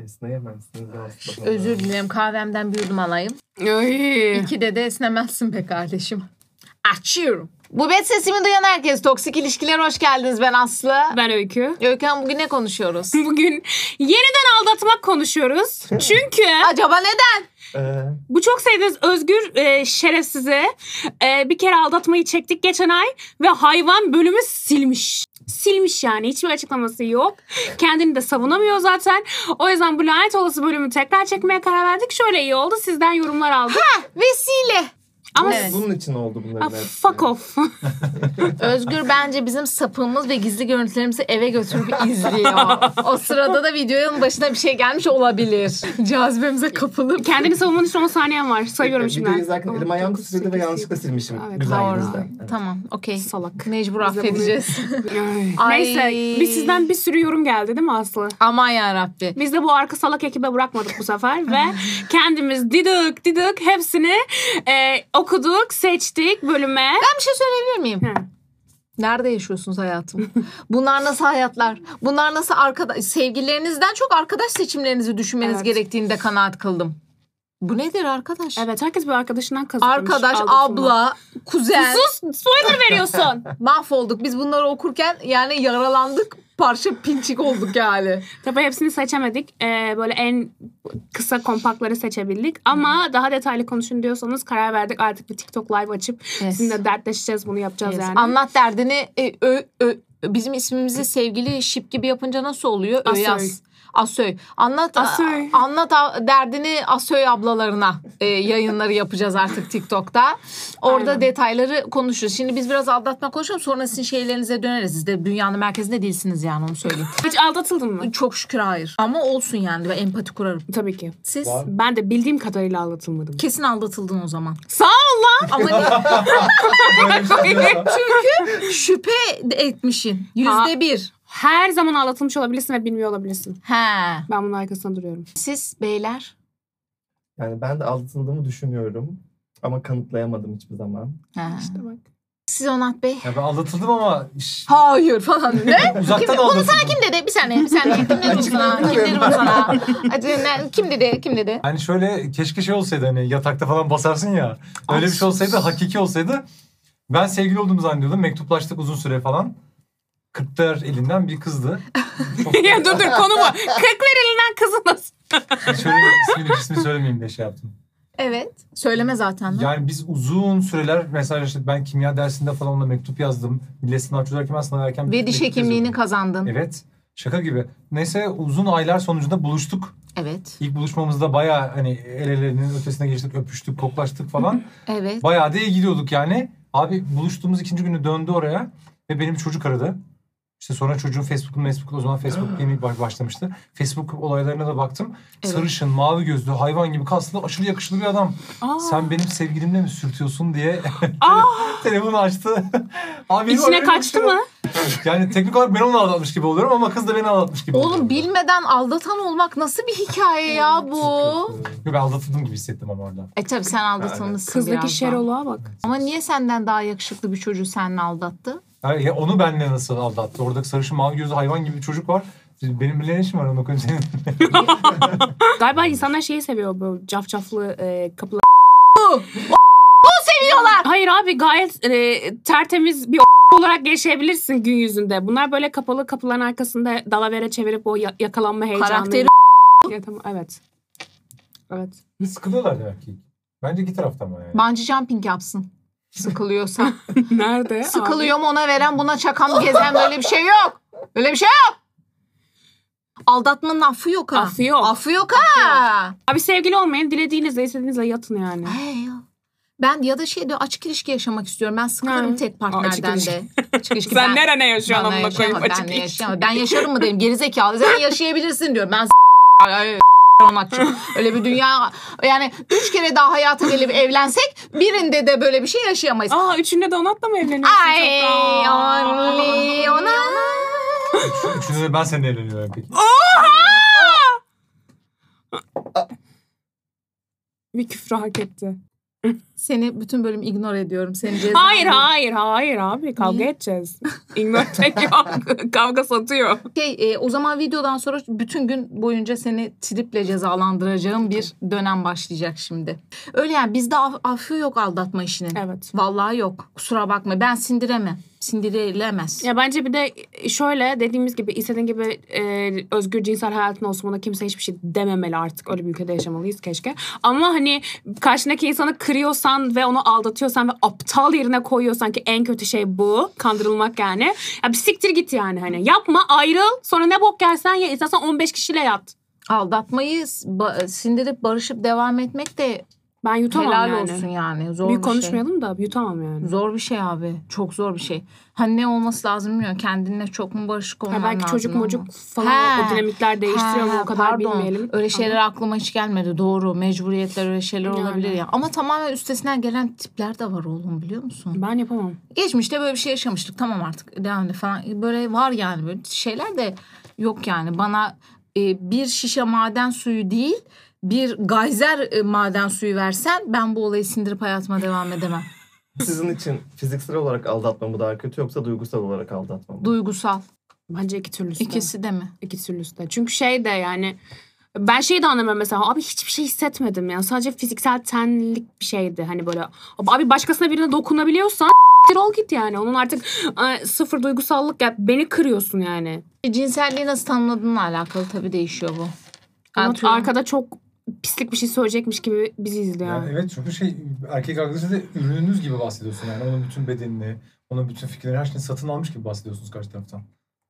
Esneyemezsiniz aslında. Özür dilerim, kahvemden bir yudum alayım. Ay. 2'de de esnemezsin be kardeşim. Açıyorum. Bu bet sesimi duyan herkes. Toksik ilişkiler hoş geldiniz. Ben Aslı. Ben Öykü. Öykü Hanım, bugün ne konuşuyoruz? Bugün yeniden aldatmak konuşuyoruz. Çünkü Acaba neden? bu çok sevdiğiniz Özgür şerefsize bir kere aldatmayı çektik geçen ay ve hayvan bölümü silmiş. Silmiş yani. Hiçbir açıklaması yok. Kendini de savunamıyor zaten. O yüzden bu lanet olası bölümü tekrar çekmeye karar verdik. Şöyle iyi oldu. Sizden yorumlar aldık. Vesile. Ama Evet. Bunun için oldu bunların hepsi. fuck off. Özgür bence bizim sapığımız ve gizli görüntülerimizi eve götürüp izliyor. O sırada da videonun başına bir şey gelmiş olabilir. Cazibemize kapılıp. Kendini savunmanın için 10 saniyen var. Sayıyorum Videoyu şimdi. izlerken elim ayağım titredi ve yanlışlıkla silmişim. Evet, Güzel Doğru. yüzden. Evet. Tamam, okey. Salak. Mecbur Bize bunu- affedeceğiz. Ay. Neyse biz sizden bir sürü yorum geldi değil mi Aslı? Aman yarabbi. Biz de bu arka salak ekibe bırakmadık bu sefer ve kendimiz didik hepsini okuduk, seçtik bölüme. Ben bir şey söyleyebilir miyim? Hı. Nerede yaşıyorsunuz hayatım? Bunlar nasıl hayatlar? Bunlar nasıl arkadaş? Sevgililerinizden çok arkadaş seçimlerinizi düşünmeniz Evet. gerektiğinde kanaat kıldım. Bu nedir arkadaş? Evet, herkes bir arkadaşından kazıklamış. Arkadaş, abla, kuzen. Sus, spoiler veriyorsun. Mahvolduk. Biz bunları okurken yani yaralandık. Parça pinçik olduk yani. Tabii hepsini seçemedik. Böyle en kısa kompaktları seçebildik. Ama daha detaylı konuşun diyorsanız karar verdik. Artık bir TikTok live açıp Yes. sizinle dertleşeceğiz, bunu yapacağız Yes. yani. Anlat derdini. Bizim ismimizi sevgili şip gibi yapınca nasıl oluyor? Asöy. Öyas. Asöy. Anlat Asöy. anlat derdini Asöy ablalarına yayınları yapacağız artık TikTok'ta. Orada Aynen. detayları konuşuruz. Şimdi biz biraz aldatma konuşalım. Sonra sizin şeylerinize döneriz. Siz de dünyanın merkezinde değilsiniz yani, onu söyleyeyim. Hiç aldatıldın mı? Çok şükür hayır. Ama olsun yani. Ben empati kurarım. Tabii ki. Siz Var. Ben de bildiğim kadarıyla aldatılmadım. kesin aldatıldın o zaman. Sağ ol lan. Ama çünkü şüphe etmişin. %1. Her zaman aldatılmış olabilirsin ve bilmiyor olabilirsin. He. Ben bunun arkasında duruyorum. Siz beyler? Yani ben de aldatıldığımı düşünüyorum. Ama kanıtlayamadım hiçbir zaman. He. İşte bak. Siz Onat Bey? Ya ben aldatıldım ama Hayır falan. Ne? uzaktan Bunu aldatıldım. sana kim dedi? Bir saniye. Kim dedi bunu sana? Kim dedi bunu sana? Kim dedi? Yani şöyle, keşke şey olsaydı, hani yatakta falan basarsın ya. Öyle bir şey olsaydı, hakiki olsaydı. Ben sevgili olduğumu zannediyordum. Mektuplaştık uzun süre falan. Kırklar elinden bir kızdı. Çok Ya dur konu bu. Kırklar elinden kızı nasıl? şöyle ismini söylemeyeyim diye şey yaptım. Evet. Söyleme zaten. Yani biz uzun süreler mesajlaştık. Ben kimya dersinde falan onunla mektup yazdım. Millet sınav çözerken ben sınav erken Ve diş mektup hekimliğini yazıyordum. kazandın. Evet. Şaka gibi. Neyse, uzun aylar sonucunda buluştuk. Evet. İlk buluşmamızda bayağı hani el elenin ötesine geçtik, öpüştük, koklaştık falan. Evet. Bayağı da iyi gidiyorduk yani. Abi buluştuğumuz ikinci günü döndü oraya ve benim bir çocuk aradı. İşte sonra çocuğun Facebook'u o zaman Facebook yeni başlamıştı. Facebook olaylarına da baktım. Evet. Sarışın, mavi gözlü, hayvan gibi kaslı, aşırı yakışıklı bir adam. Sen benim sevgilimle mi sürtüyorsun diye telefonu açtı. Abi İçine kaçtı mı? Yani teknik olarak ben onu aldatmış gibi oluyorum ama kız da beni aldatmış gibi oluyor. Oğlum, bilmeden aldatan olmak nasıl bir hikaye ya bu? Yok, ben aldatıldığım gibi hissettim ama orada. Tabii sen aldatılmışsın Kızdaki biraz daha. şeroluğa bak. Ama niye senden daha yakışıklı bir çocuğu seninle aldattı? Yani ya onu benimle nasıl aldattı? Oradaki sarışın mavi gözlü hayvan gibi bir çocuk var. Benim bile ne işim var onu konuşayım. Galiba insanlar şeyi seviyor, bu cafcaflı kapılar. Seviyorlar. Hayır abi, gayet tertemiz bir olarak yaşayabilirsin gün yüzünde. Bunlar böyle kapalı kapıların arkasında dalavere çevirip o yakalanma heyecanı. Karakteri Ya, tamam, evet. Evet. Sıkılıyorlar demek ki. Bence iki taraftan ama yani. bungee jumping yapsın. Sıkılıyorsa. Nerede? Sıkılıyorum, ona veren buna çakan gezen, böyle bir şey yok. Böyle bir şey yok. Aldatmanın affı yok ha. Affı yok. Affı yok ha. Abi sevgili olmayın, dilediğinizle istediğinizle yatın yani. Hey ya. Ben ya da açık ilişki yaşamak istiyorum. Ben sıkılırım Ha. tek partnerden Açık de. ilişki. Açık ilişki. Sen nerene yaşıyorsun Bana amına koyayım yaşayamam, açık ben ilişki. yaşayamam. Ben yaşarım mı dedim. Gerizekalı. Sen yaşayabilirsin diyorum. Ben olmak öyle bir dünya, yani 3 kere daha hayata gelip evlensek birinde de böyle bir şey yaşayamayız. Üçünde de Onat'la mı evleniyorsun? Ay only ona. Üçünde de ben seninle evleniyorum peki. Bir küfrü hak etti. Seni bütün bölüm ignore ediyorum. Seni Hayır abi. Kavga Niye? edeceğiz. İgnor tek yok. Kavga satıyor. O zaman videodan sonra bütün gün boyunca seni triple cezalandıracağım bir dönem başlayacak şimdi. Öyle yani bizde affı yok aldatma işinin. Evet. Vallahi yok. Kusura bakma ben sindiremem. Sindirilemez. Ya bence bir de şöyle dediğimiz gibi istediğin gibi özgür cinsel hayatın olsun, buna kimse hiçbir şey dememeli artık. Öyle bir ülkede yaşamalıyız keşke. Ama hani karşındaki insanı kırıyorsan ve onu aldatıyorsan ve aptal yerine koyuyorsan ki en kötü şey bu. Kandırılmak yani. Ya bir siktir git yani hani. Yapma, ayrıl. Sonra ne bok yersen ye. İstersen 15 kişiyle yat. Aldatmayı sindirip barışıp devam etmek de Ben yutamam helal yani. olsun yani. Zor Büyük bir şey. konuşmayalım da yutamam yani. Zor bir şey abi. Çok zor bir şey. Hani ne olması lazım bilmiyorum. Kendinle çok mu barışık olman Ha, belki lazım çocuk ama. mocuk falan o dinamikler değiştiriyor mu o kadar pardon. bilmeyelim. Öyle şeyler aklıma hiç gelmedi. Doğru. Mecburiyetler öyle şeyler Yani. olabilir ya. Ama tamamen üstesinden gelen tipler de var oğlum biliyor musun? Ben yapamam. Geçmişte böyle bir şey yaşamıştık. Tamam artık devam edelim falan. Böyle var yani böyle şeyler de yok yani. Bana bir şişe maden suyu değil bir gayzer maden suyu versen ben bu olayı sindirip hayatıma devam edemem. Sizin için fiziksel olarak aldatma mı daha kötü yoksa duygusal olarak aldatma mı? Duygusal. Bence iki türlüsü de. İkisi de mi? İki türlüsü de. Çünkü şey de yani ben şeyi de anlamıyorum mesela. Abi hiçbir şey hissetmedim ya. Sadece fiziksel tenlik bir şeydi. Hani böyle abi başkasına birine dokunabiliyorsan ol git yani. Onun artık sıfır duygusallık ya. Beni kırıyorsun yani. Cinselliği nasıl tanımladığınla alakalı tabii değişiyor bu. Ama Atıyorum. arkada çok pislik bir şey söyleyecekmiş gibi bizi izliyor. Yani evet çünkü erkek arkadaşınız da ürününüz gibi bahsediyorsun yani. Onun bütün bedenini, onun bütün fikirlerini, her şeyini satın almış gibi bahsediyorsunuz karşı taraftan.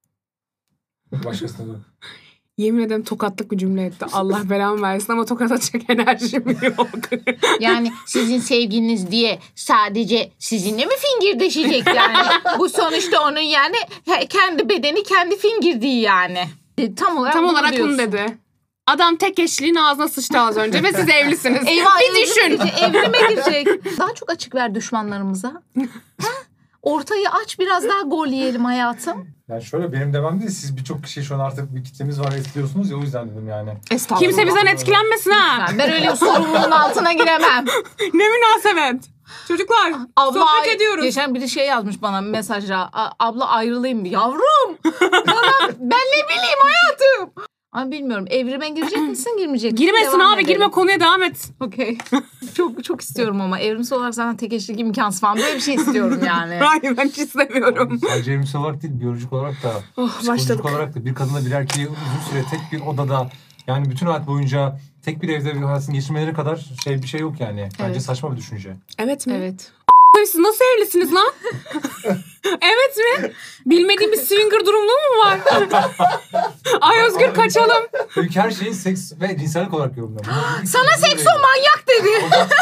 Başkasına da. Yemin ederim tokatlık bir cümle etti. Allah belamı versin ama tokat atacak enerjim yok. Yani sizin sevgiliniz diye sadece sizinle mi fingirdeşecek yani? Bu sonuçta onun yani kendi bedeni kendi fingirdiği yani. Tam olarak bunu dedi. Adam tek eşliğin ağzına sıçtı az önce ve siz evlisiniz. Eyvah, bir düşün. Evrime girecek. Daha çok açık ver düşmanlarımıza. Ortayı aç biraz daha gol yiyelim hayatım. Yani şöyle benim demem değil. Siz birçok kişi şu an artık bir kitlemiz var etkiliyorsunuz ya, o yüzden dedim yani. Estağfurullah. Kimse bizden etkilenmesin ha. Ben öyle bir sorumluluğun altına giremem. Ne münasebet. Çocuklar sohbet ediyoruz. Geçen biri şey yazmış bana mesajla. Abla ayrılayım mı? Yavrum. Ben ne bileyim hayatım. Ama bilmiyorum. Evrime girecek misin girmeyecek misin? Girmesin Devam abi edelim. girme, konuya devam et. Okey. çok istiyorum ama evrimsel olarak zaten tek eşlik imkansız falan. Böyle bir şey istiyorum yani. Hayır ben hiç istemiyorum. Sadece evrimsel olarak değil, biyolojik olarak da, psikolojik başladık. olarak da bir kadınla bir erkeği uzun süre tek bir odada, yani bütün hayat boyunca tek bir evde bir hayatını geçirmeleri kadar bir şey yok yani. Bence Evet. saçma bir düşünce. Evet mi? Evet. Siz nasıl evlisiniz lan? Evet mi? Bilmediğim bir swinger durumluğu mu var? Ay Özgür kaçalım. Çünkü her şeyi seks ve cinsellik olarak yorumluyorum. Sana seksomanyak dedi.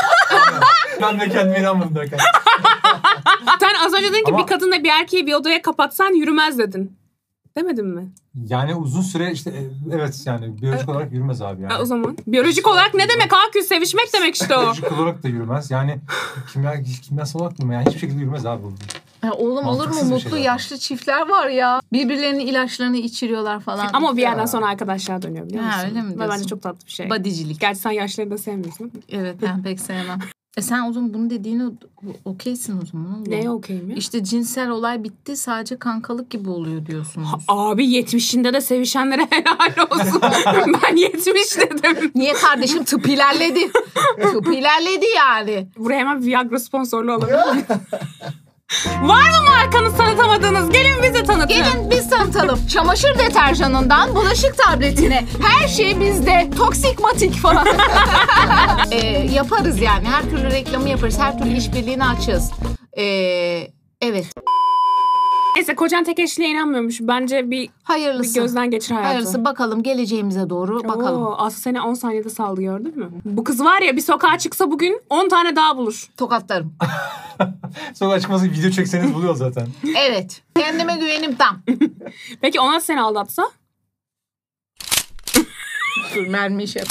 Ben de kendime inanmadım derken. Sen az önce dedin ki Ama- bir kadınla bir erkeği bir odaya kapatsan yürümez dedin. Demedin mi? Yani uzun süre evet yani biyolojik olarak yürümez abi yani. O zaman. Biyolojik olarak ne demek Akül? Sevişmek demek işte o. Biyolojik olarak da yürümez. Yani kimyasal olarak mı? Yani hiçbir şekilde yürümez abi bu. Oğlum olur mu? Mantıksız bir Mutlu şey yaşlı çiftler var ya. Birbirlerinin ilaçlarını içiriyorlar falan. Ama bir yerden sonra arkadaşlar dönüyor biliyor musun? Ha, öyle mi Ve diyorsun? bence çok tatlı bir şey. Badicilik. Gerçi sen yaşları da sevmiyorsun. Evet ben pek sevmem. Sen o zaman bunu dediğini okeysin o zaman. oğlum. Neye okeyim ya? İşte cinsel olay bitti sadece kankalık gibi oluyor diyorsunuz. Abi 70'inde de sevişenlere helal olsun. Ben 70 dedim. Niye kardeşim tıp ilerledi. Tıp ilerledi yani. Buraya hemen Viagra sponsorluğu alabilir miyim? Var mı markanız tanıtamadığınız? Gelin bizi tanıtın. Gelin biz tanıtalım. Çamaşır deterjanından bulaşık tabletine her şey bizde. Toksik matik falan. Yaparız yani. Her türlü reklamı yaparız. Her türlü işbirliğini açığız. Evet. Neyse kocan tek eşliğe inanmıyormuş. Bence bir Hayırlısı. gözden geçir hayatı. Hayırlısı. Bakalım geleceğimize doğru bakalım. Oo, Aslı seni 10 saniyede saldı gördün mü? Bu kız var ya bir sokağa çıksa bugün 10 tane daha bulur. Tokatlarım. Sonra çıkması video çekseniz buluyor zaten. Evet. Kendime güvenim tam. Peki ona seni aldatsa? Dur mermi şey.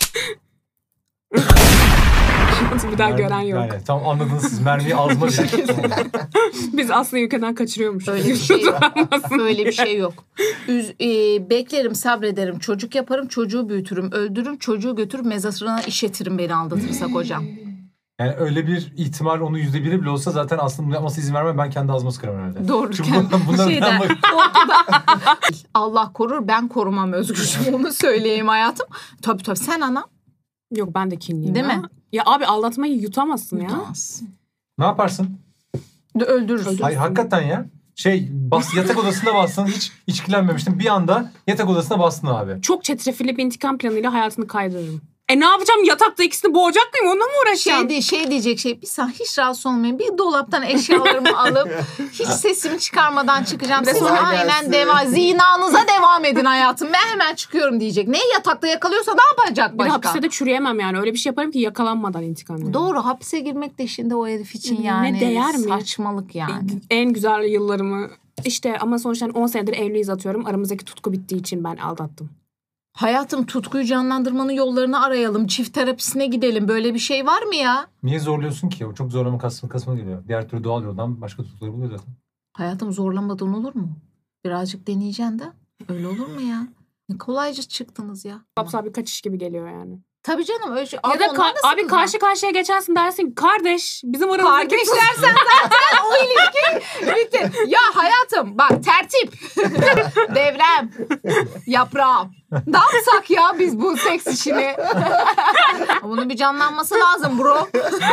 Bir daha gören yok. Yani tam anladınız siz. Mermiyi ağzıma direkt. Biz Aslı'yı ülkeden kaçırıyormuşuz. Öyle bir şey yok. Öyle bir şey yok. Beklerim, sabrederim. Çocuk yaparım, çocuğu büyütürüm. Öldürürüm, çocuğu götürüp mezarına işletirim beni aldatırsa kocam. Yani öyle bir ihtimal onun %1'i bile olsa zaten aslında bunu yapmasına izin vermem. Ben kendi ağzıma sıkarım herhalde. Doğru. Çünkü bunlar Şeyden, Allah korur, ben korumam Özgürcüğüm, onu söyleyeyim hayatım. Tabii sen ana. Yok ben de kinliyim. Değil ya. mi? Ya abi aldatmayı yutamazsın ya. Yutamazsın. Ne yaparsın? Öldürürsün. Hayır hakikaten ya. Yatak odasında bastın, hiç içkilenmemiştin. Bir anda yatak odasına bastın abi. Çok çetrefilli bir intikam planıyla hayatını kaydırırım. Ne yapacağım? Yatakta ikisini boğacak mıyım? Onunla mı uğraşacağım? Şey diyecek bir saniye, hiç rahatsız olmayın. Bir dolaptan eşyalarımı alıp hiç sesimi çıkarmadan çıkacağım. Siz Kolay aynen gelsin. zinanıza devam edin hayatım. Ben hemen çıkıyorum diyecek. Neyi yatakta yakalıyorsa ne yapacak Bir de başka? hapiste de çürüyemem yani. Öyle bir şey yaparım ki yakalanmadan intikam yani. Doğru, hapse girmek de şimdi o herif için Ne yani. değer mi? Saçmalık yani. En güzel yıllarımı işte ama sonuçta 10 senedir evliyiz atıyorum. Aramızdaki tutku bittiği için ben aldattım. Hayatım, tutkuyu canlandırmanın yollarını arayalım. Çift terapisine gidelim. Böyle bir şey var mı ya? Niye zorluyorsun ki? O çok zorlama kasma geliyor. Diğer türlü doğal yoldan başka tutkuları buluyor zaten. Hayatım, zorlamadan olur mu? Birazcık deneyeceksin de. Öyle olur mu ya? Ne kolayca çıktınız ya. Babsal bir kaçış gibi geliyor yani. Tabii canım öyle şey. Ya da onlar nasıl abi kızlar? karşı karşıya geçersin dersin kardeş bizim aramızdaki Kardeşler sen zaten o ilişki bitti. Ya hayatım bak, tertip. Devrem. Yaprağım. Ne yapsak ya biz bu seks işini? Bunun bir canlanması lazım bro.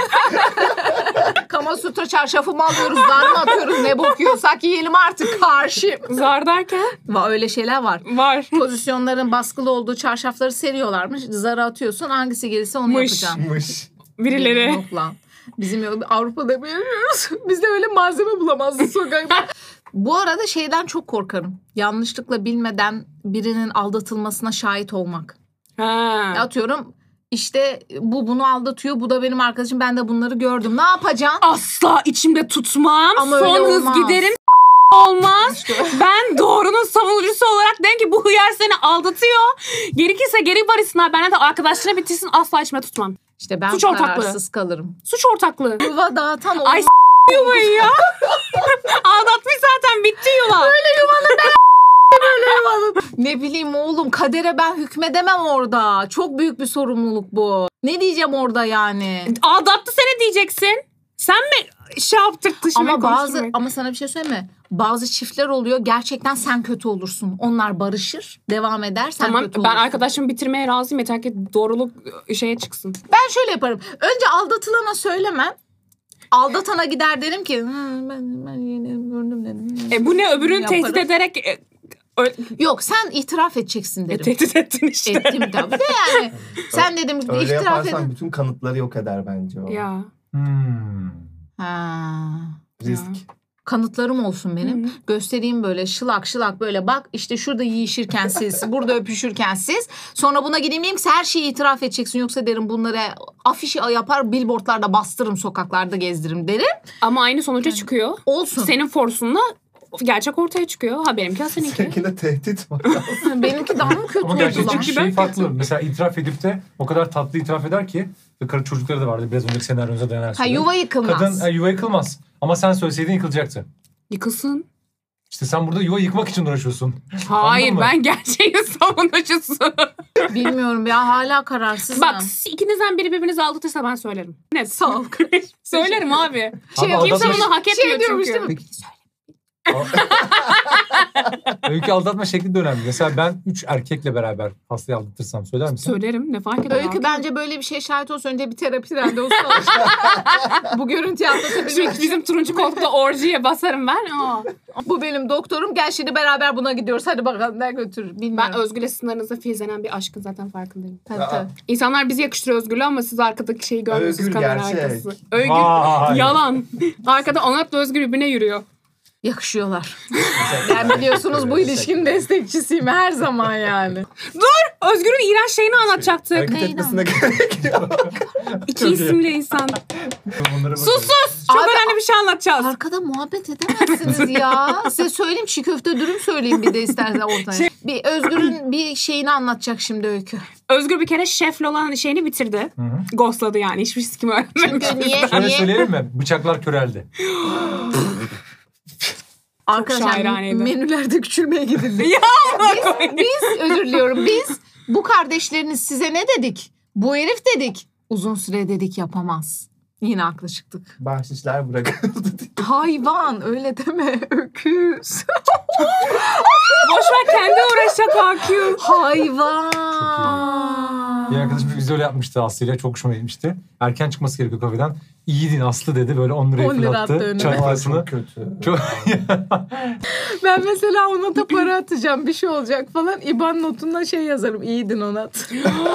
Kama Sutra çarşafı mı alıyoruz, zar mı atıyoruz, ne bok yiyorsak yiyelim artık, karşı. Zar derken Öyle şeyler var. var. Pozisyonların baskılı olduğu çarşafları seriyorlarmış. Zarı atıyorsun, hangisi gelirse onu Mış. yapacaksın. Birileri. Yok lan. Bizim yok. Avrupa'da mı yaşıyoruz? Biz de öyle malzeme bulamazdık sokakta. Bu arada şeyden çok korkarım. Yanlışlıkla bilmeden birinin aldatılmasına şahit olmak. Ha. Atıyorum işte bu bunu aldatıyor. Bu da benim arkadaşım. Ben de bunları gördüm. Ne yapacaksın? Asla içimde tutmam. Ama Son öyle hız olmaz. giderim. Olmaz. Ben doğrunun savunucusu olarak derim ki bu hıyar seni aldatıyor. Gerekirse geri barışsınlar. Benden de arkadaşlarına bitirsin, asla içime tutmam. İşte ben Suç ortaklığı. kararsız kalırım. Suç ortaklığı. Yuva dağıtan olur. Ay yuvayı ya. Aldatmış zaten, bitti yuva. Ne bileyim oğlum, kadere ben hükmedemem orada. Çok büyük bir sorumluluk bu. Ne diyeceğim orada yani? Aldattı seni diyeceksin. Sen mi yaptırttı şimdi? Ama sana bir şey söyleyeyim mi? Bazı çiftler oluyor, gerçekten sen kötü olursun. Onlar barışır, devam eder, sen Tamam, kötü ben olursun. arkadaşımı bitirmeye razıyım. Yeter ki doğruluk şeye çıksın. Ben şöyle yaparım. Önce aldatılana söylemem. Aldatana gider derim ki ben yeni gördüm dedim. Bu ne, öbürünü Yaparım. tehdit ederek Yok, sen itiraf edeceksin derim. tehdit ettin işte. Ettim tabii de yani. Sen dedim Öyle itiraf yaparsan edin. bütün kanıtları yok eder bence o. Ya. Ha. Risk. Kanıtlarım olsun benim. Hı. Göstereyim böyle şılak şılak böyle, bak işte şurada yiyişirken siz, burada öpüşürken siz. Sonra buna gideyim diyeyim ki her şeyi itiraf edeceksin. Yoksa derim bunları afiş yapar, billboardlarda bastırırım, sokaklarda gezdiririm derim. Ama aynı sonuca çıkıyor. Olsun. Senin forsunla gerçek ortaya çıkıyor. Ha benimki, ha seninki. Seninkinde tehdit var. Benimki daha mı kötü Ama oldu gerçekten lan? şey farklı. Mesela itiraf edip de o kadar tatlı itiraf eder ki, ve karı çocukları da vardı biraz önceki senaryonuza dayanarak Ha, söylüyorum. yuva yıkılmaz. Kadın yuva yıkılmaz. Ama sen söyleseydin yıkılacaktı. Yıkılsın. İşte sen burada yuva yıkmak için uğraşıyorsun. Hayır, Anladın mı? ben gerçeğin savunucusu. Bilmiyorum ya, hala kararsızım. Bak, ikinizden biri birbirinizi aldatırsa ben söylerim. Net. Sağ ol. Söylerim abi. Abi Kimse aldatma- bunu hak etmiyor diyormuş çünkü. değil mi? Öykü aldatma şekli de önemli. Mesela ben 3 erkekle beraber hastayı aldatırsam söyler misin? Söylerim, ne fark eder? Öykü abi? bence böyle bir şey şahit olsun. Önce bir terapi randevusu alır. Bu görüntüyü anlatabilmek Çünkü için. bizim turuncu koltukta orjiye basarım ben. Bu benim doktorum. Gel şimdi beraber buna gidiyoruz. Hadi bakalım ne götür. Bilmiyorum. Ben Özgür'le sınırınızda filizlenen bir aşkın zaten farkındayım. Tabii, tabii. İnsanlar bizi yakıştırıyor Özgür'le ama siz arkadaki şeyi görmüyorsunuz, Özgür kamera gerçek. arkası. Özgür Vay. yalan. Arkada Onat'la Özgür birbirine yürüyor. Yakışıyorlar. Ben biliyorsunuz bu ilişkinin destekçisiyim her zaman yani. Özgür'ün iğrenç şeyini anlatacaktık. Hareket Neydi etmesine gerek yok. İki Çok iyi. isimli insan. Bunlara Sus bakalım. sus. Çok Abi, önemli bir şey anlatacağız. Arkada muhabbet edemezsiniz ya. Size söyleyeyim, çiğ köfte dürüm söyleyeyim bir de istersen ortaya. Bir Özgür'ün bir şeyini anlatacak şimdi Öykü. Özgür bir kere şefle olan şeyini bitirdi. Hı hı. Ghostladı yani. Hiçbir sikim öğrenmemiş. Çünkü niye? Şöyle Niye? söyleyelim mi? Bıçaklar köreldi. Arkadaşlar şairaneydi. menülerde küçülmeye gidildi. Ya Biz özür diliyorum. Biz bu kardeşleriniz size ne dedik? Bu herif dedik. Uzun süre dedik yapamaz. Yine haklı çıktık. Bahşişler bırakıldı. Hayvan öyle deme öküz. Boşver kendi uğraşacak AQ. Hayvan. Bir arkadaşım bir vizyon yapmıştı Aslı'yla. Çok hoşuma gitmişti. Erken çıkması gerekiyor kafeden. İyiydin Aslı dedi. Böyle 10 lirayı 10 lira attı fırlattı. önüne. Çay Ay, parasını. çok kötü. Çok... Ben mesela ona da para atacağım bir şey olacak falan. İban notunda şey yazarım. İyiydin Onat.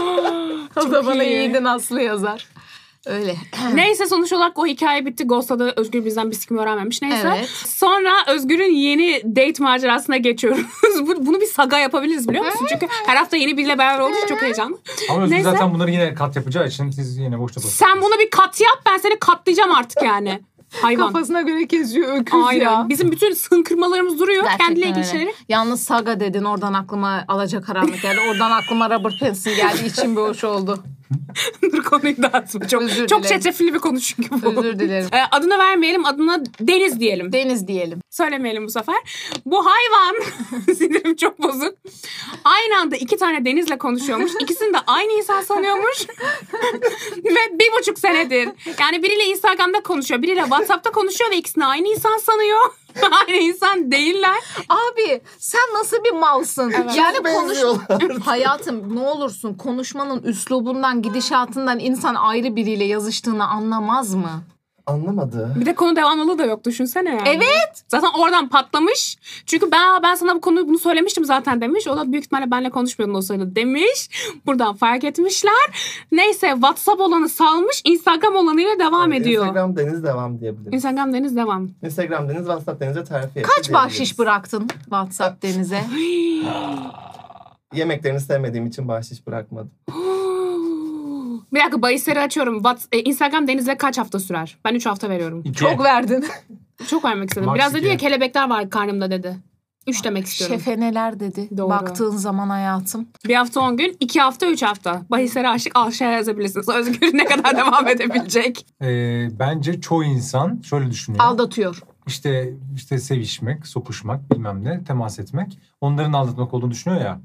O da bana iyi. iyiydin Aslı yazar. Öyle. Neyse sonuç olarak o hikaye bitti. Ghost'ta Özgür bizden bir sikim öğrenmemiş. Neyse. Evet. Sonra Özgür'ün yeni date macerasına geçiyoruz. Bunu bir saga yapabiliriz biliyor musun? Çünkü her hafta yeni biriyle beraber olduğu için çok heyecanlı. Ama Özgür Neyse. zaten bunları yine kat yapacağı için siz yine boşta basın. Sen bunu bir kat yap, ben seni katlayacağım artık yani. Hayvan. Kafasına göre kesiyor öküz Aynen. ya. Bizim bütün sınkırmalarımız duruyor. Gerçekten Kendiyle ilgili öyle. şeyleri. Yalnız saga dedin oradan aklıma alacakaranlık geldi. Oradan aklıma Robert Pattinson geldi. İçim bir hoş oldu. Dur konuyu dağıtma. Özür Çok dilerim. çetrefilli bir konu çünkü bu. Özür dilerim. Adını vermeyelim, adına Deniz diyelim. Deniz diyelim. Söylemeyelim bu sefer. Bu hayvan, sinirim çok bozuk. Aynı anda 2 tane Deniz'le konuşuyormuş. İkisini de aynı insan sanıyormuş. Ve 1,5 senedir. Yani biriyle Instagram'da konuşuyor, biriyle WhatsApp'ta konuşuyor ve ikisini aynı insan sanıyor. Aynı insan değiller. Abi sen nasıl bir malsın? Evet. Yani Çok konuş... benziyorlar. Hayatım ne olursun konuşmanın üslubundan, gidişatından insan ayrı biriyle yazıştığını anlamaz mı? Anlamadı. Bir de konu devamlılığı da yok düşünsene yani. Evet. Zaten oradan patlamış. Çünkü ben sana bunu söylemiştim zaten demiş. O da büyük ihtimalle benimle konuşmuyordun o sırada demiş. Buradan fark etmişler. Neyse WhatsApp olanı salmış. Instagram olanıyla devam ediyor. Instagram Deniz devam diyebiliriz. Instagram Deniz devam. Instagram Deniz, WhatsApp Deniz'e terfi etti Kaç bahşiş diyebiliriz. bıraktın WhatsApp Deniz'e? Yemeklerini sevmediğim için bahşiş bırakmadım. Bir dakika bahisleri açıyorum. Instagram Deniz'le kaç hafta sürer? Ben 3 hafta veriyorum. Çok verdin. Çok vermek istedim. Max Biraz dedi ya 2. kelebekler var karnımda dedi. 3 demek istiyorum. Şefe neler dedi. Doğru. Baktığın zaman hayatım. 1 hafta 10 gün, 2 hafta 3 hafta. Bahisleri açtık aşağıya yazabilirsiniz. Özgür ne kadar devam edebilecek? Bence çoğu insan şöyle düşünüyor. Aldatıyor. İşte sevişmek, sokuşmak, bilmem ne, temas etmek. Onların aldatmak olduğunu düşünüyor ya.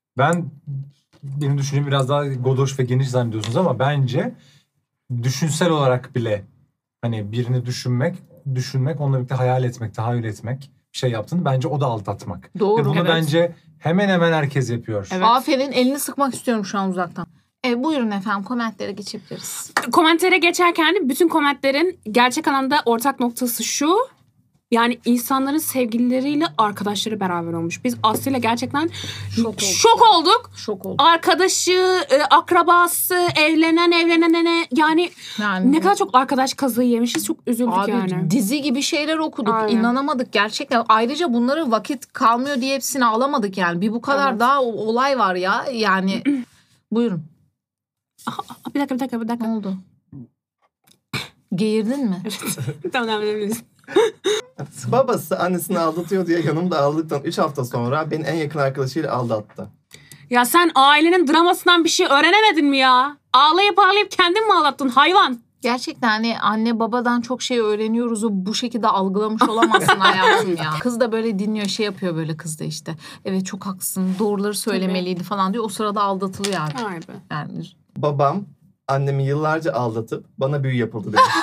Benim düşüncem biraz daha godoş ve geniş zannediyorsunuz ama bence düşünsel olarak bile hani birini düşünmek, onunla birlikte hayal etmek, tahayyül etmek bir şey yaptığını bence o da aldatmak. Doğru. Ve bunu Evet. bence hemen hemen herkes yapıyor. Evet. Aferin elini sıkmak istiyorum şu an uzaktan. Buyurun efendim komentlere geçebiliriz. Komentlere geçerken bütün komentlerin gerçek anlamda ortak noktası şu. Yani insanların sevgilileriyle arkadaşları beraber olmuş. Biz Aslı'yla gerçekten şok olduk. Şok oldum. Arkadaşı, akrabası, evlenene yani Yani ne kadar çok arkadaş kazığı yemişiz. Çok üzüldük abi yani. dizi gibi şeyler okuduk. Aynen. İnanamadık gerçekten. Ayrıca bunları vakit kalmıyor diye hepsini alamadık yani. Bir bu kadar Evet. daha olay var ya. Yani buyurun. Bir dakika. Ne oldu? Geğirdin mi? Tamam devam edebiliriz. Babası annesini aldatıyor diye yanımda aldıktan 3 hafta sonra beni en yakın arkadaşıyla aldattı. Ya sen ailenin dramasından bir şey öğrenemedin mi ya? Ağlayıp kendin mi ağlattın hayvan? Gerçekten hani anne babadan çok şey öğreniyoruz. Bu şekilde algılamış olamazsın hayatım ya. Kız da böyle dinliyor şey yapıyor böyle kız da işte. Evet çok haklısın doğruları söylemeliydi falan diyor. O sırada aldatılıyor abi. Vay be. Yani Babam annemi yıllarca aldatıp bana büyü yapıldı demişti.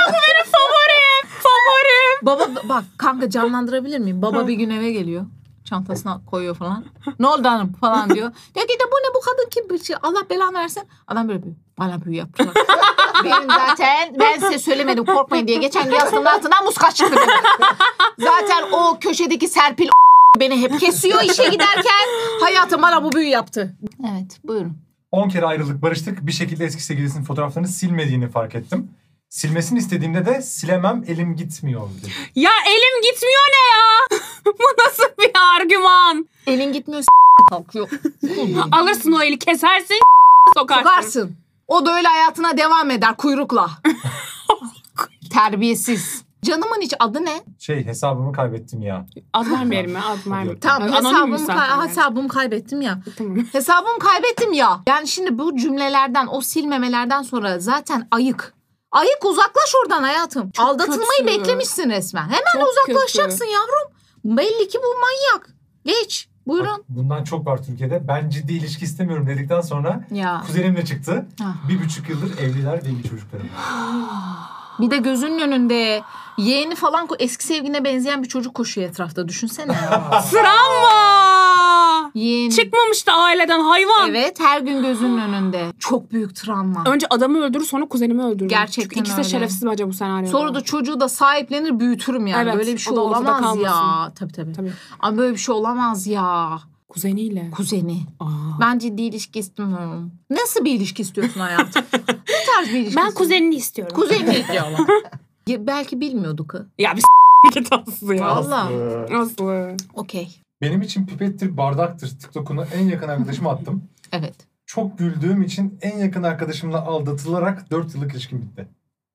Favorim. baba bak kanka canlandırabilir miyim? Baba bir gün eve geliyor. Çantasına koyuyor falan. Ne oldu hanım falan diyor. Ya dedi bu ne bu kadın kim? Allah belanı versin. Adam böyle bir bana büyü yaptılar. Benim zaten ben size söylemedim korkmayın diye. Geçen gün yastığımın altından muskaç çıktı benim. Zaten o köşedeki Serpil beni hep kesiyor işe giderken. Hayatım bana bu büyü yaptı. Evet buyurun. 10 kere ayrıldık, barıştık. Bir şekilde eski sevgilisinin fotoğraflarını silmediğini fark ettim. Silmesini istediğimde de silemem, elim gitmiyor dedi. Ya elim gitmiyor ne ya? Bu nasıl bir argüman? Elin gitmiyor kalkıyor. Alırsın o eli kesersin sokarsın. Sokarsın. O da öyle hayatına devam eder kuyrukla. Terbiyesiz. Canımın hiç adı ne? Hesabımı kaybettim ya. Ad vermeyelim mi? Ad vermeyelim. Tamam Anonim zaten yani. hesabımı kaybettim ya. Tamam. Hesabımı kaybettim ya. Yani şimdi bu cümlelerden o silmemelerden sonra zaten ayık. Ayık uzaklaş oradan hayatım. Çok Aldatılmayı kötü. beklemişsin resmen. Hemen Çok uzaklaşacaksın yavrum. Belli ki bu manyak. Geç. Buyurun. Bak, bundan çok var Türkiye'de. Ben ciddi ilişki istemiyorum dedikten sonra Ya. kuzenimle çıktı. Ah. 1,5 yıldır evliler ve bir çocukları var. Bir de gözünün önünde yeğeni falan eski sevgiline benzeyen bir çocuk koşuyor etrafta. Düşünsene. Travma! Yeğeni. Çıkmamıştı aileden hayvan. Evet, her gün gözünün önünde. Çok büyük travma. Önce adamı öldürür sonra kuzenimi öldürür. Gerçekten Çünkü ikisi de öyle. şerefsiz bence bu senaryoda. Sonra da çocuğu da sahiplenir, büyütürüm yani. Evet, Böyle bir şey o da ortada olamaz ya. kalmasın. Tabii. Tabii. Ama böyle bir şey olamaz ya. Kuzeniyle. Kuzeni. Aa. Ben ciddi ilişki istemiyorum. Nasıl bir ilişki istiyorsun hayatım? Ne tarz bir ilişki Ben istiyorsun? kuzenini istiyorum. Kuzenini istiyorlar. Belki bilmiyordu kız. Ya bir git Aslı ya. Valla. Aslı. Okey. Benim için pipettir, bardaktır. TikTok'unu en yakın arkadaşıma attım. Evet. Çok güldüğüm için en yakın arkadaşımla aldatılarak 4 yıllık ilişkim bitti.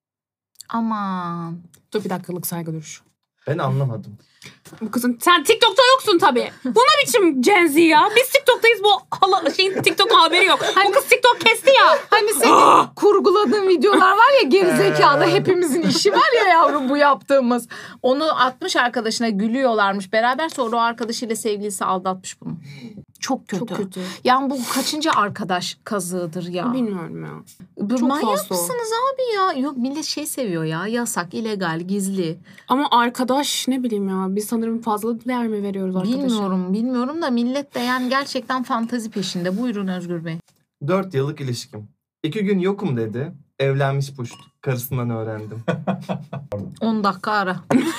Aman. Dur bir dakikalık saygı duruşu. Ben anlamadım. Bu kızın sen TikTok'ta yoksun tabii. Bu ne biçim Gen Z ya? Biz TikTok'tayız bu şeyin TikTok haberi yok. Bu kız TikTok kesti ya. Hani senin kurguladığın videolar var ya gerizekalı hepimizin işi var ya yavrum bu yaptığımız. Onu atmış arkadaşına gülüyorlarmış beraber sonra o arkadaşıyla sevgilisi aldatmış bunu. Çok kötü. Çok kötü. Yani bu kaçıncı arkadaş kazığıdır ya? Bilmiyorum ya. Bu Çok manyak fazla o. mısınız abi ya? Yok millet şey seviyor ya yasak, illegal, gizli. Ama arkadaş ne bileyim ya. Biz sanırım fazla değer mi veriyoruz arkadaşa? Bilmiyorum da millet de yani gerçekten fantazi peşinde. Buyurun Özgür Bey. 4 yıllık ilişkim. 2 gün yokum dedi. Evlenmiş puşt. Karısından öğrendim. 10 dakika ara.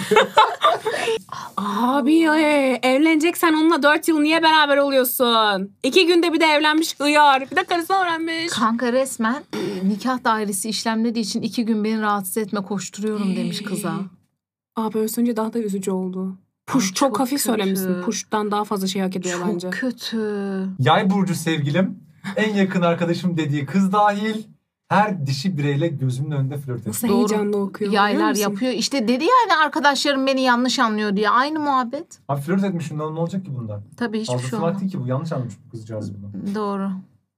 Abi evleneceksen onunla 4 yıl niye beraber oluyorsun? 2 günde bir de evlenmiş hıyar. Bir de karısını öğrenmiş. Kanka resmen nikah dairesi işlemleri için 2 gün beni rahatsız etme koşturuyorum demiş kıza. Abi öyle söyleyince daha da üzücü oldu. Push Ay, çok çok hafif kötü. söylemişsin. Push'tan daha fazla şey hak ediyor Çok bence. kötü. Yay burcu sevgilim, en yakın arkadaşım dediği kız dahil her dişi bireyle gözümün önünde flört etti. Nasıl Doğru. heyecanlı okuyor. biliyor Yaylar musun? yapıyor. İşte dedi yani arkadaşlarım beni yanlış anlıyor diye. Aynı muhabbet. Abi flört etmiş, şundan ne olacak ki bundan? Tabii hiçbir şey olmaz. Aldatılmak değil ki bu, yanlış anlamış bu kızcağız bunu. Doğru.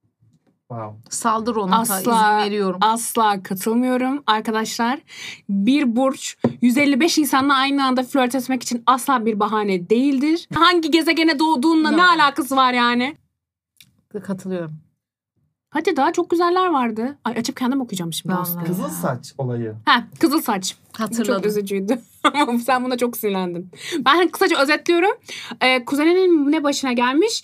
Wow. Saldır ona Asla. izin veriyorum. Asla katılmıyorum arkadaşlar. Bir burç 155 insanla aynı anda flört etmek için asla bir bahane değildir. Hangi gezegene doğduğunla ne alakası var yani? Katılıyorum. Hadi daha çok güzeller vardı. Ay açıp kendim okuyacağım şimdi Vallahi. aslında. Kızıl saç olayı. Ha, kızıl saç. Çok Hatırladım. üzücüydü. Ama sen buna çok sinirlendin. Ben kısaca özetliyorum. Kuzeninin ne başına gelmiş?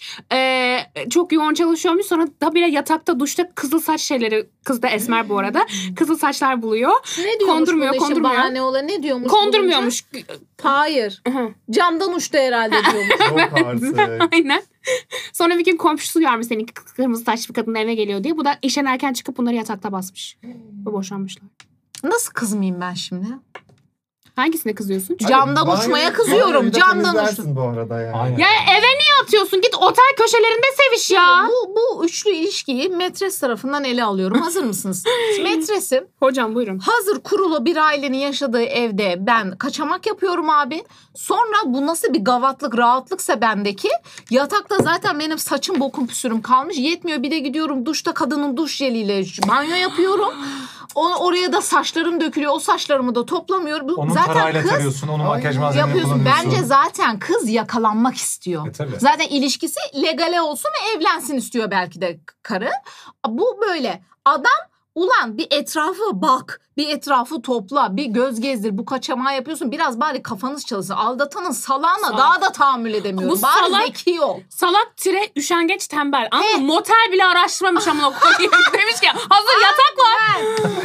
Çok yoğun çalışıyormuş. Sonra da bile yatakta, duşta kızıl saç şeyleri. Kız da esmer bu arada. Kızıl saçlar buluyor. Ne diyormuş Kondurmuyor, burada işte kondurmuyor. bahane olan ne diyormuş? Kondurmuyormuş. bulunca? Hayır. Hı. Camdan uçtu herhalde diyormuş. Yok artık. Aynen. Sonra bir gün komşusu görmüş senin kırmızı saçlı bir kadın eve geliyor diye. Bu da işten erken çıkıp bunları yatakta basmış. Ve boşanmışlar. Nasıl kızmayayım ben şimdi? Hangisine kızıyorsun? Camdan Banyoyu- uçmaya kızıyorum. banyoyu da Camdan temizlersin uçtu. bu arada yani. Aynen. Ya eve niye atıyorsun? Git otel köşelerinde seviş ya. Bu üçlü ilişkiyi metres tarafından ele alıyorum. Hazır mısınız? Metresim Hocam buyurun. hazır kurulu bir ailenin yaşadığı evde ben kaçamak yapıyorum abi. Sonra bu nasıl bir gavatlık, rahatlıksa bendeki. Yatakta zaten benim saçım bokum püsürüm kalmış. Yetmiyor bir de gidiyorum duşta kadının duş jeliyle banyo yapıyorum. Oraya da saçlarım dökülüyor. O saçlarımı da toplamıyorum. Onun Zaten tarağıyla kız tarıyorsun, onun Ay, makyaj malzemelerini yapıyorsun. kullanıyorsun. Bence zaten kız yakalanmak istiyor. Tabii. Zaten ilişkisi legale olsun ve evlensin istiyor belki de karı. Bu böyle. Adam ulan bir etrafı bak, bir etrafı topla, bir göz gezdir. Bu kaçamağı yapıyorsun. Biraz bari kafanız çalışsın. Aldatanın salağına Salak. daha da tahammül edemiyorum. Bu Bari salak- zeki ol. Salak üşengeç tembel. Ama motel bile araştırmamış amına koyayım. Demiş ki hazır yatak var.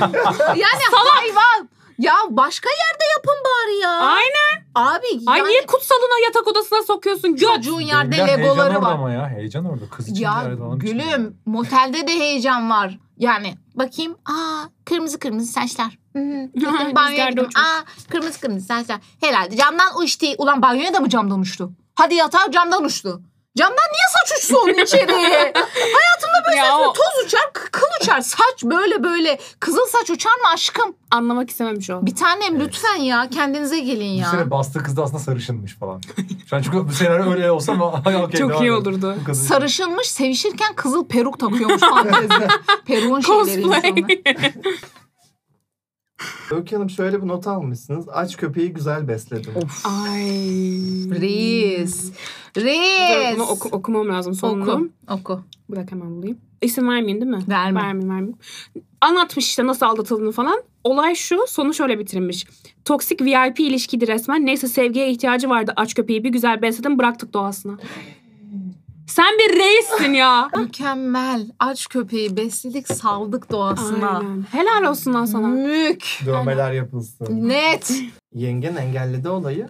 Yani hayvan. Ya başka yerde yapın bari ya. Aynen. Abi Ay yani niye kutsalına yatak odasına sokuyorsun? Göt. çocuğun yerde Evliler heyecan legoları orada var. ama ya. Heyecan orada. Kız için Ya bir yerde alan için gülüm motelde de heyecan var. Yani bakayım kırmızı kırmızı saçlar. Gittim banyoya Rüzgarda gittim. uçmuş. Kırmızı kırmızı saçlar. Herhalde camdan uçtu. Ulan banyoya da mı camdan uçtu? Hadi yatağa camdan uçtu. Camdan niye saç uçsun onun içeriye? Hayatımda böyle Ya saçma o- toz uçar, kıl uçar. Saç böyle. Kızıl saç uçar mı aşkım? Anlamak istememiş o. Bir tanem lütfen ya kendinize gelin Bir sene ya. bastığı kız da aslında sarışınmış falan. Şu an çünkü bu senaryo öyle olsa ama okay, Çok devam iyi edelim. olurdu. Bu kadın- Sarışınmış sevişirken kızıl peruk takıyormuş fantezide. Peruğun şeyleri Cosplay. insanlar. Öykü Hanım şöyle bir not almışsınız. Aç köpeği güzel besledim. Of. Ay. Reis. Dur, Reis. bunu okumam lazım sonunu. Oku. Bir dakika hemen bulayım. İsim vermeyeyim değil mi? Verme. Vermeyeyim. Anlatmış işte nasıl aldatıldığını falan. Olay şu, sonu şöyle bitirilmiş. Toksik VIP ilişkiydi resmen. Neyse sevgiye ihtiyacı vardı. Aç köpeği bir güzel besledim, bıraktık doğasına. Sen bir reissin ya. Mükemmel. Aç köpeği besledik, saldık doğasına. Aynen. Helal olsun lan sana. Mük. Dövmeler yapılsın. Net. Yengen engelledi olayı.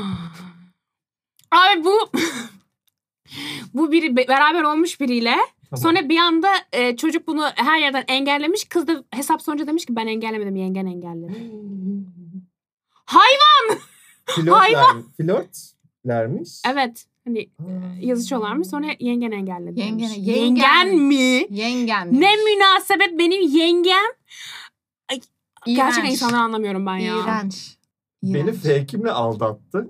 Abi bu biri beraber olmuş biriyle. Tamam. Sonra bir anda çocuk bunu her yerden engellemiş. Kız da hesap sorunca demiş ki ben engellemedim, yengen engelledi. Hayvan! Flörtlermiş. Evet. Hani yazışıyorlarmış, sonra yengen engelledi. Yengen mi? Yengen. Ne münasebet benim yengem. Gerçekten İğrenç. insanları anlamıyorum ben ya. İğrenç. Beni fake'imle aldattı.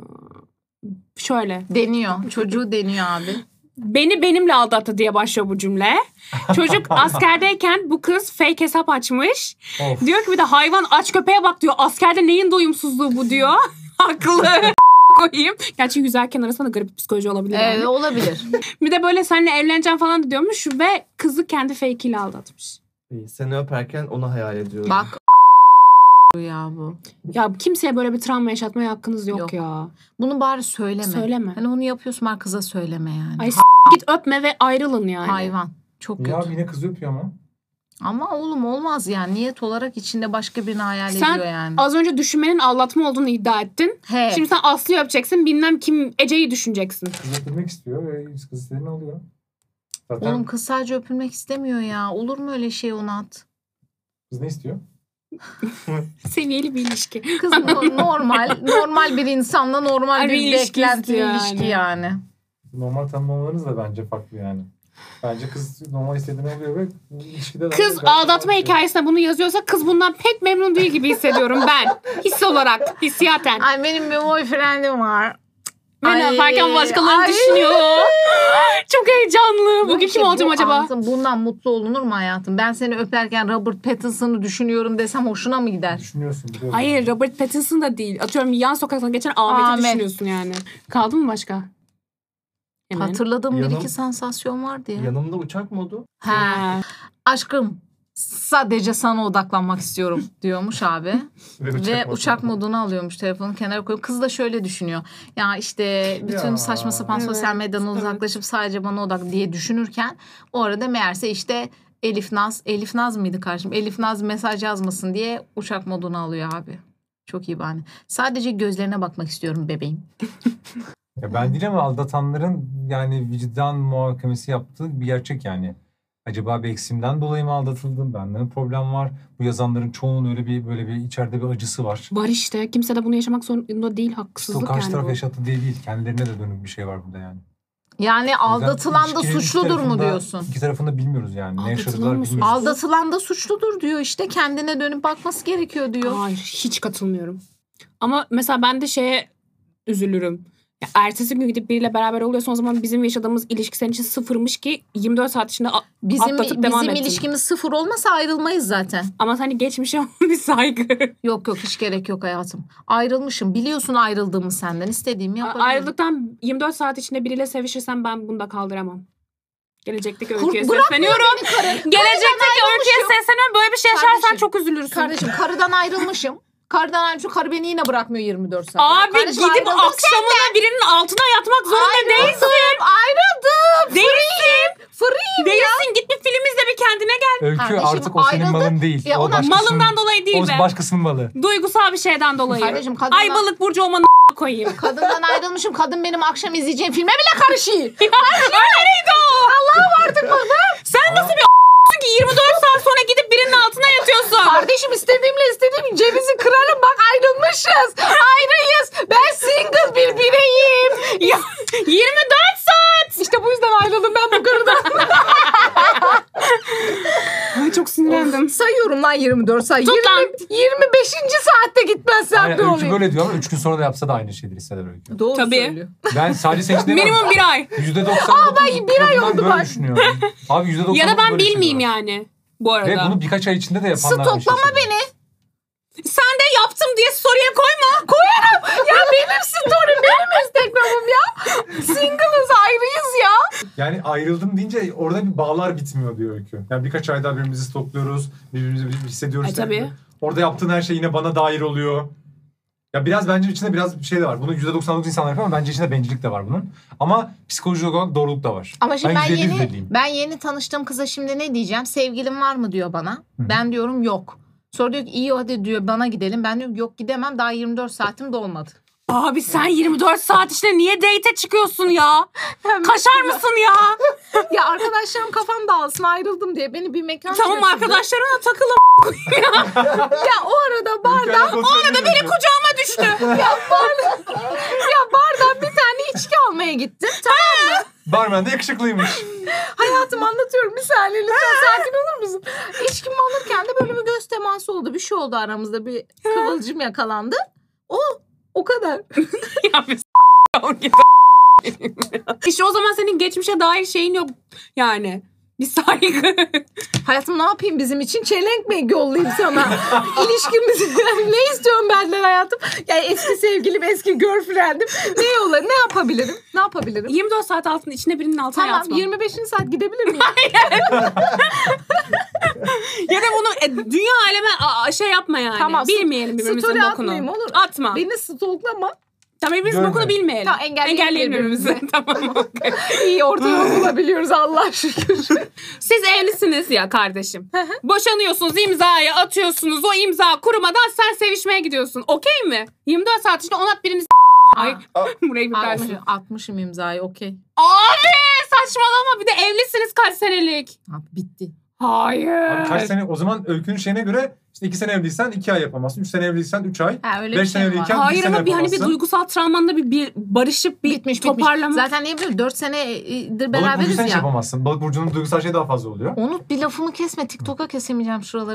Şöyle. Deniyor. Çocuğu deniyor abi. Beni benimle aldattı diye başlıyor bu cümle. Çocuk askerdeyken bu kız fake hesap açmış. Of. Diyor ki bir de hayvan aç köpeğe bak diyor. Askerde neyin doyumsuzluğu bu diyor. Haklı. Koyayım. Gerçi yüzerken arasında da garip psikoloji olabilir. Evet Yani. olabilir. Bir de böyle seninle evleneceğim falan da diyormuş ve kızı kendi fake ile aldatmış. Seni öperken onu hayal ediyorum. Bak ya bu. Ya kimseye böyle bir travma yaşatmaya hakkınız yok ya. Bunu bari söyleme. Söyleme. Hani onu yapıyorsun bari kıza söyleme yani. Ay git öpme ve ayrılın yani. Hayvan. Çok Ya kötü. yine kız öpüyor ama. Ama oğlum olmaz yani. Niyet olarak içinde başka birini hayal Sen ediyor yani. az önce düşünmenin aldatma olduğunu iddia ettin. He. Şimdi sen Aslı'yı öpeceksin. Bilmem kim Ece'yi düşüneceksin. Kız öpülmek istiyor ve kız istediğini alıyor. Zaten Oğlum kız sadece öpülmek istemiyor ya. Olur mu öyle şey Onat? kız ne istiyor? Seviyeli bir ilişki. Kız normal bir insanla normal Bir bir ilişki beklentili istiyor ilişki yani. yani. Normal tanımlamalarınız da bence farklı yani. Bence kız normal istediğini alıyor ve ilişkide... Kız aldatma hikayesinde bunu yazıyorsa kız bundan pek memnun değil gibi hissediyorum ben. His olarak, hissiyaten. Ay benim bir boyfriendim var. Ben Ay, yaparken başkalarını ay. düşünüyor. Çok heyecanlı. Bugün kim Bu olacağım acaba? anlatım, bundan mutlu olunur mu hayatım? Ben seni öperken Robert Pattinson'ı düşünüyorum desem hoşuna mı gider? Düşünüyorsun biliyorum. Hayır, Robert Pattinson da değil. Atıyorum yan sokaktan geçen Ahmet'i Ahmet. düşünüyorsun yani. Kaldı mı başka? Hemen. Hatırladığım bir Yanım- iki sansasyon vardı ya. Yanımda uçak modu. Ha. Aşkım sadece sana odaklanmak istiyorum diyormuş abi. Ve uçak modunu alıyormuş, telefonu kenara koyup. Kız da şöyle düşünüyor. Ya işte bütün Ya. saçma sapan Evet, sosyal medyadan evet. uzaklaşıp sadece bana odak diye düşünürken o arada meğerse işte Elif Naz mıydı kardeşim? Elif Naz mesaj yazmasın diye uçak modunu alıyor abi. Çok iyi bahane. Sadece gözlerine bakmak istiyorum bebeğim. Ya ben değil ama aldatanların yani vicdan muhakemesi yaptığı bir gerçek yani. Acaba bir eksimden dolayı mı aldatıldım? Bende mi problem var? Bu yazanların çoğunun öyle bir böyle bir içeride bir acısı var. Var işte. Kimse de bunu yaşamak zorunda değil. İşte o Haksızlık karşı yani taraf bu. yaşattı değil. Kendilerine de dönük bir şey var burada yani. Yani aldatılan da İlişkinin iki suçludur mu tarafında- diyorsun? İki tarafını bilmiyoruz yani. Ne Aldatılan yaşadılar mı bilmiyoruz. Aldatılan da suçludur diyor işte. Kendine dönüp bakması gerekiyor diyor. Hayır, hiç katılmıyorum. Ama mesela ben de şeye üzülürüm. Ya ertesi gün gidip biriyle beraber oluyorsa o zaman bizim yaşadığımız ilişki senin için sıfırmış ki 24 saat içinde atlatıp devam Bizim ettin. ilişkimiz sıfır olmasa ayrılmayız zaten. Ama hani geçmişe bir saygı. Yok hiç gerek yok hayatım. Ayrılmışım. Biliyorsun ayrıldığımı senden. İstediğimi yapabilirim. Ayrıldıktan 24 saat içinde biriyle sevişirsem ben bunu da kaldıramam. Gelecekteki öyküye Bırakmıyor sesleniyorum. beni karı. Gelecekteki öyküye sesleniyorum. Böyle bir şey yaşarsan Kardeşim, çok üzülürsün. Kardeşim karıdan ayrılmışım. Karıdan ayrılmışım. Karı beni yine bırakmıyor 24 saat. Abi Kardeşim, gidip ayrıldım akşamına birinin altına yatmak zorunda değilsin. Ayrıldım. Değilsin. Free'yim. Değilsin. Git bir film izle bir kendine gel. Öykü Kardeşim, artık o senin ayrıldı. malın değil. Ya o ona- başkasının, Malından dolayı değil o be. başkasının malı. Duygusal bir şeyden dolayı. Kardeşim, kadınlar- Ay balık burcu olmanı koyayım. Kadından ayrılmışım. Kadın benim akşam izleyeceğim filme bile karışıyor. Nereydi o? Allah'ım artık bak. Sen nasıl bir ki 24 saat sonra gidip birinin altına yatıyorsun. Kardeşim istediğim cevizi kırarım. Bak ayrılmışız. Ayrıyız. Ben single bir bireyim. Ya, 24 saat. İşte bu yüzden ayrıldım ben bu karıdan. Ay çok sinirlendim. Sayıyorum lan 24 saat. Tut lan. 25. saatte gitmezsem Aynen, ne öykü oluyor? böyle diyor ama 3 gün sonra da yapsa da aynı şeyleri hisseder öykü. Doğru Tabii. söylüyor. Ben sadece senin için demiyorum. Minimum bir ay. %99 bir ay oldu böyle bak. düşünüyor. Abi %99 Ya da ben böyle bilmeyeyim düşünüyor. yani bu arada. Ve bunu birkaç ay içinde de yapanlar var. Stoklama beni. Sen de yaptım diye story'e koyma. Koyarım. Ya benim story'm, benim Instagram'ım ya. Single'ız, ayrıyız ya. Yani ayrıldım deyince orada bir bağlar bitmiyor diyor Öykü. Yani birkaç ayda birbirimizi stokluyoruz. Birbirimizi hissediyoruz. Tabii. Orada yaptığın her şey yine bana dair oluyor. Ya biraz bence içinde biraz bir şey de var. Bunu %99 insanlar yapıyor ama bence içinde bencillik de var bunun. Ama psikolojik olarak doğruluk da var. Ama şimdi %100'liyim. ben yeni tanıştığım kıza şimdi ne diyeceğim? Sevgilin var mı diyor bana. Ben diyorum yok. Sonra diyor ki iyi hadi diyor bana gidelim. Ben diyorum yok gidemem, daha 24 saatim dolmadı. Abi sen 24 saat içinde niye date'e çıkıyorsun ya? Kaşar mısın ya? Ya arkadaşlarım kafam dağılsın ayrıldım diye beni bir mekan Tamam götürdü. arkadaşlarına takılın. Ya o arada bardan beni Kucağıma düştü. ya bardan bir tane içki almaya gittim. Tamam mı? Barmen de yakışıklıymış. Hayatım anlatıyorum bir saniye lütfen sakin olur musun? İçkimi alırken de böyle bir göz teması oldu. Bir şey oldu aramızda, bir kıvılcım yakalandı. O kadar. Ya bir İşte o zaman senin geçmişe dair şeyin yok yani. Bir saygı. Hayatım ne yapayım bizim için? Çelenk mi yollayayım sana? İlişkimizi ne istiyorsun benden hayatım? Yani eski sevgilim, eski girlfriend'im. Ne yollar? Ne yapabilirim? Ne yapabilirim? 24 saat altında içinde birinin altına Tamam yatmam. 25. saat gidebilir miyim? Ya da bunu dünya aleme şey yapma yani. Tamam, Bilmeyelim birbirimizin story bokunu. atmayayım, olur. Atma. Beni stalklama. Tamam birbirimizin Görme. bokunu bilmeyelim. Tamam, engelleyelim birbirimizi. Tamam. İyi orta yol bulabiliyoruz Allah şükür. Siz evlisiniz ya kardeşim. Boşanıyorsunuz, imzayı atıyorsunuz. O imza kurumadan sen sevişmeye gidiyorsun. Okey mi? 24 saat içinde onat biriniz. Ay burayı bir versin. 60'ım imzayı okey. Abi saçmalama, bir de evlisiniz kaç senelik. Abi bitti. Hayır. Abi kaç sene o zaman Öykü'nün şeyine göre işte 2 sene evliysen 2 ay yapamazsın. 3 sene evliysen 3 ay. Ha, öyle 5 bir sene şey var. evliyken Hayır 1 sene ama bir hani bir yapamazsın. duygusal travmanda bir barışıp bir Bitmiş. toparlama. Zaten ne bileyim 4 senedir Balık beraberiz burcu sen hiç ya. yapamazsın. Balık burcunun duygusal şey daha fazla oluyor. Onu bir lafımı kesme. TikTok'a kesemeyeceğim şuraları.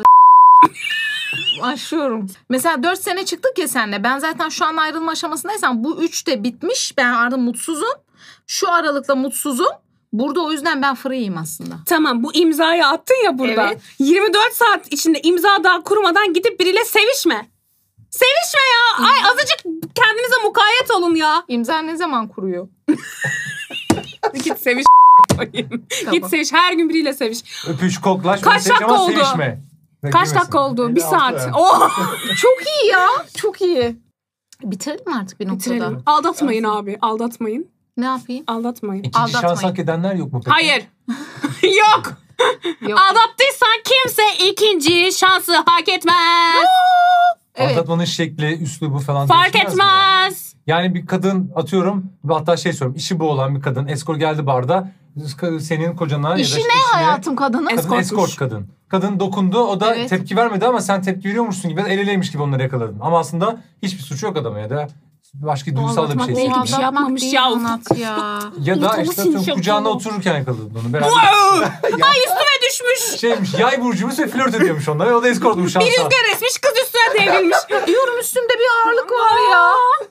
Başlıyorum. Mesela 4 sene çıktık ya senle. Ben zaten şu an ayrılma aşamasındaysam bu 3 de bitmiş. Ben artık mutsuzum. Şu aralıkla mutsuzum. Burada o yüzden ben free'yim aslında. Tamam bu imzayı attın ya burada. Evet. 24 saat içinde imza daha kurumadan gidip biriyle sevişme. Sevişme ya. Ay azıcık kendinize mukayyet olun ya. İmza ne zaman kuruyor? Git seviş. Tamam. Git seviş. Her gün biriyle seviş. Öpüş, koklaş, Kaç onu seç dakika ama oldu? sevişme. Kaç Girmesin. dakika oldu? 1 56 saat. yani. Oh. Çok iyi ya. Çok iyi. Bitirelim mi artık bir noktada? Bitirelim. Aldatmayın abi. Aldatmayın. Ne yapayım? Aldatmayın. İkinci şans Aldatmayın. hak edenler yok mu peki? Hayır. Yok. Yok. Aldattıysan kimse ikinci şansı hak etmez. Evet. Aldatmanın şekli, üslubu falan Fark değişmez mi? etmez. Yani bir kadın atıyorum hatta şey söylüyorum işi bu olan bir kadın eskort geldi barda senin kocana ya da İşi işte ne eşine- hayatım kadının? Kadın Eskortmuş. eskort kadın. Kadın dokundu o da Evet. tepki vermedi ama sen tepki veriyormuşsun gibi el eleymiş gibi onları yakaladın. Ama aslında hiçbir suçu yok adama ya da başka duygusal da bir Aldatmak şey. değil, hissetmiş. bir şey yapmamış değil ya. Anlat ya. Ya da Unutulması işte atıyorum için kucağında yapıyor. otururken yakaladın onu. Beraber Ay üstüme düşmüş. şeymiş yay burcuymuş ve flört ediyormuş onunla ve o da eskortmuş Bir şansa. rüzgar esmiş, kız üstüne devrilmiş. Diyorum üstümde bir ağırlık var ya.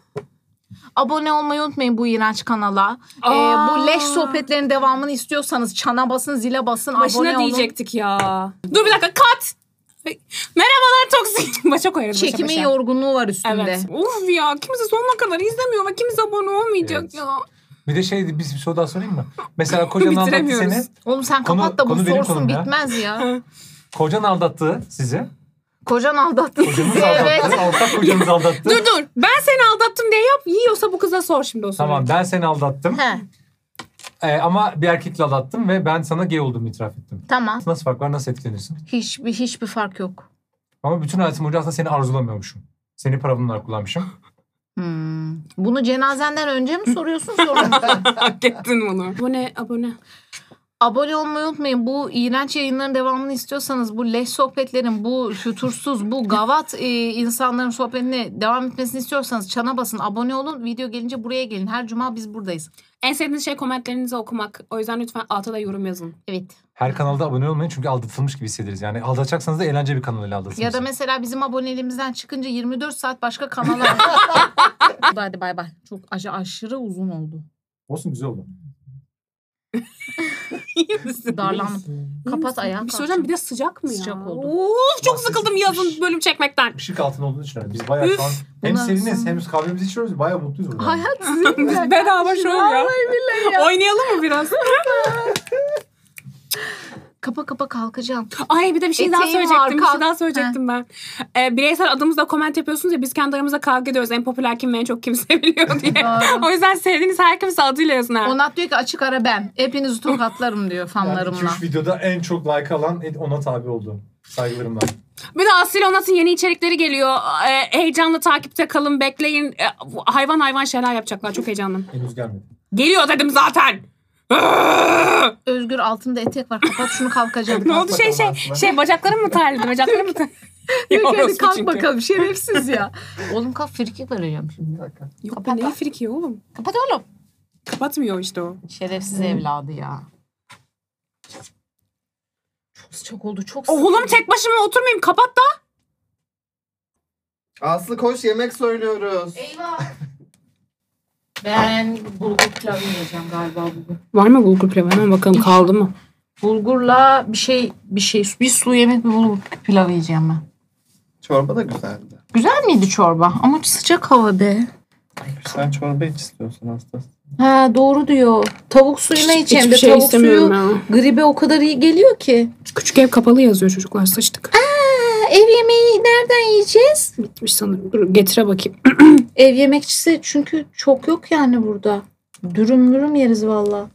Abone olmayı unutmayın bu iğrenç kanala. Bu leş sohbetlerin devamını istiyorsanız çana basın, zile basın, Başına abone olun. diyecektik ya. Dur bir dakika kat. Merhabalar toksik. Başa koyarız. başa Çekimin başa. yorgunluğu var üstümde. Evet. Uf ya kimse sonuna kadar izlemiyor ve kimse abone olmayacak Evet. ya. Bir de şey biz bir soru daha sorayım mı? Mesela kocan aldattı Bitiremiyoruz. seni. Oğlum sen Konu- kapat da bu konu benim sorsun konum ya. bitmez ya. Kocan aldattı sizi. Kocan aldattı Kocanız sizi evet. aldattı. Ortak kocanız aldattı. Dur ben seni aldattım diye yap. Yiyorsa bu kıza sor şimdi o soruyu. Tamam ben seni aldattım. He, Ama bir erkekle aldattım ve ben sana gay olduğumu itiraf ettim. tamam. Nasıl fark var? Nasıl etkilenirsin? Hiçbir fark yok. Ama bütün hayatım boyunca aslında seni arzulamıyormuşum. Seni para olarak kullanmışım. Bunu cenazenden önce mi soruyorsun sonra mı? Hak ettin bunu. Abone. Abone olmayı unutmayın. Bu iğrenç yayınların devamını istiyorsanız bu leş sohbetlerin, bu fütursuz, bu gavat insanların sohbetine devam etmesini istiyorsanız çana basın, abone olun. Video gelince buraya gelin. Her cuma biz buradayız. En sevdiğiniz şey komentlerinizi okumak. O yüzden lütfen alta da yorum yazın. Evet. Her kanalda abone olmayın çünkü aldatılmış gibi hissederiz. Yani aldatacaksanız da eğlence bir kanal ile aldatılmış. Ya da mesela bizim aboneliğimizden çıkınca 24 saat başka kanala. Hadi bay bay. Çok aşırı uzun oldu. Olsun güzel oldu. İyi misin? Darlandım. Kapat ayağı. Bir şey hocam bir de sıcak mı ya? Sıcak oldu. Of çok sıkıldım yazın bölüm çekmekten. Işık altında olduğunu düşünüyorum. Biz bayağı şu an hem Bunlar seriniz aslında- hem kahvemizi içiyoruz. Bayağı mutluyuz burada. Hayat Biz bedava şov ya. Oynayalım mı biraz? Kapa kalkacağım. Ay bir de bir şey daha Eteğim söyleyecektim. var, Bir şey kalk. daha söyleyecektim ben. Bireysel adımızda comment yapıyorsunuz ya biz kendi aramızda kavga ediyoruz. En popüler kim ve en çok kim seviyor diye. Doğru. O yüzden sevdiğiniz her kimse adıyla yazın ha. Onat diyor ki açık ara ben. Hepinizi tokatlarım diyor Yani fanlarımla. 2-3 videoda en çok like alan ona tabi oldu. Saygılarımla. Bir de Asil Onat'ın yeni içerikleri geliyor. Heyecanla takipte kalın, bekleyin. Hayvan şeyler yapacaklar. Çok heyecanlıyım. Henüz gelmedi. Geliyor dedim zaten. Özgür altında etek var. Kapat şunu kalkacağım. Ne oldu bacaklarım mı terledi? Bacaklarım mı terledi? Diyor ki hadi Orospu kalk çünkü. bakalım şerefsiz ya. Oğlum kalk frikik vereceğim şimdi. Bir dakika. Yok be neyi frikiyor oğlum? Kapat oğlum. Kapatmıyor işte o. Şerefsiz evladı ya. Çok sıcak oldu çok sıcak. Oğlum tek başıma oturmayayım kapat da. Aslı koş yemek söylüyoruz. Eyvah. Ben bulgur pilavı yiyeceğim galiba bugün. Var mı bulgur pilavı? Hemen bakalım kaldı mı? Bulgurla bir sulu yemek bir bulgur pilavı yiyeceğim ben. Çorba da güzeldi. Güzel miydi çorba? Ama sıcak hava be. Sen çorba iç istiyorsun hastası. Ha doğru diyor. Tavuk suyuna içeyim de Hiçbir şey tavuk istemiyorum suyu ya. gribe o kadar iyi geliyor ki. Küçük ev kapalı yazıyor çocuklar sıçtık. Ev yemeği nereden yiyeceğiz? Bitmiş sanırım. Dur getire bakayım. Ev yemekçisi çünkü çok yok yani burada. Dürüm yeriz valla.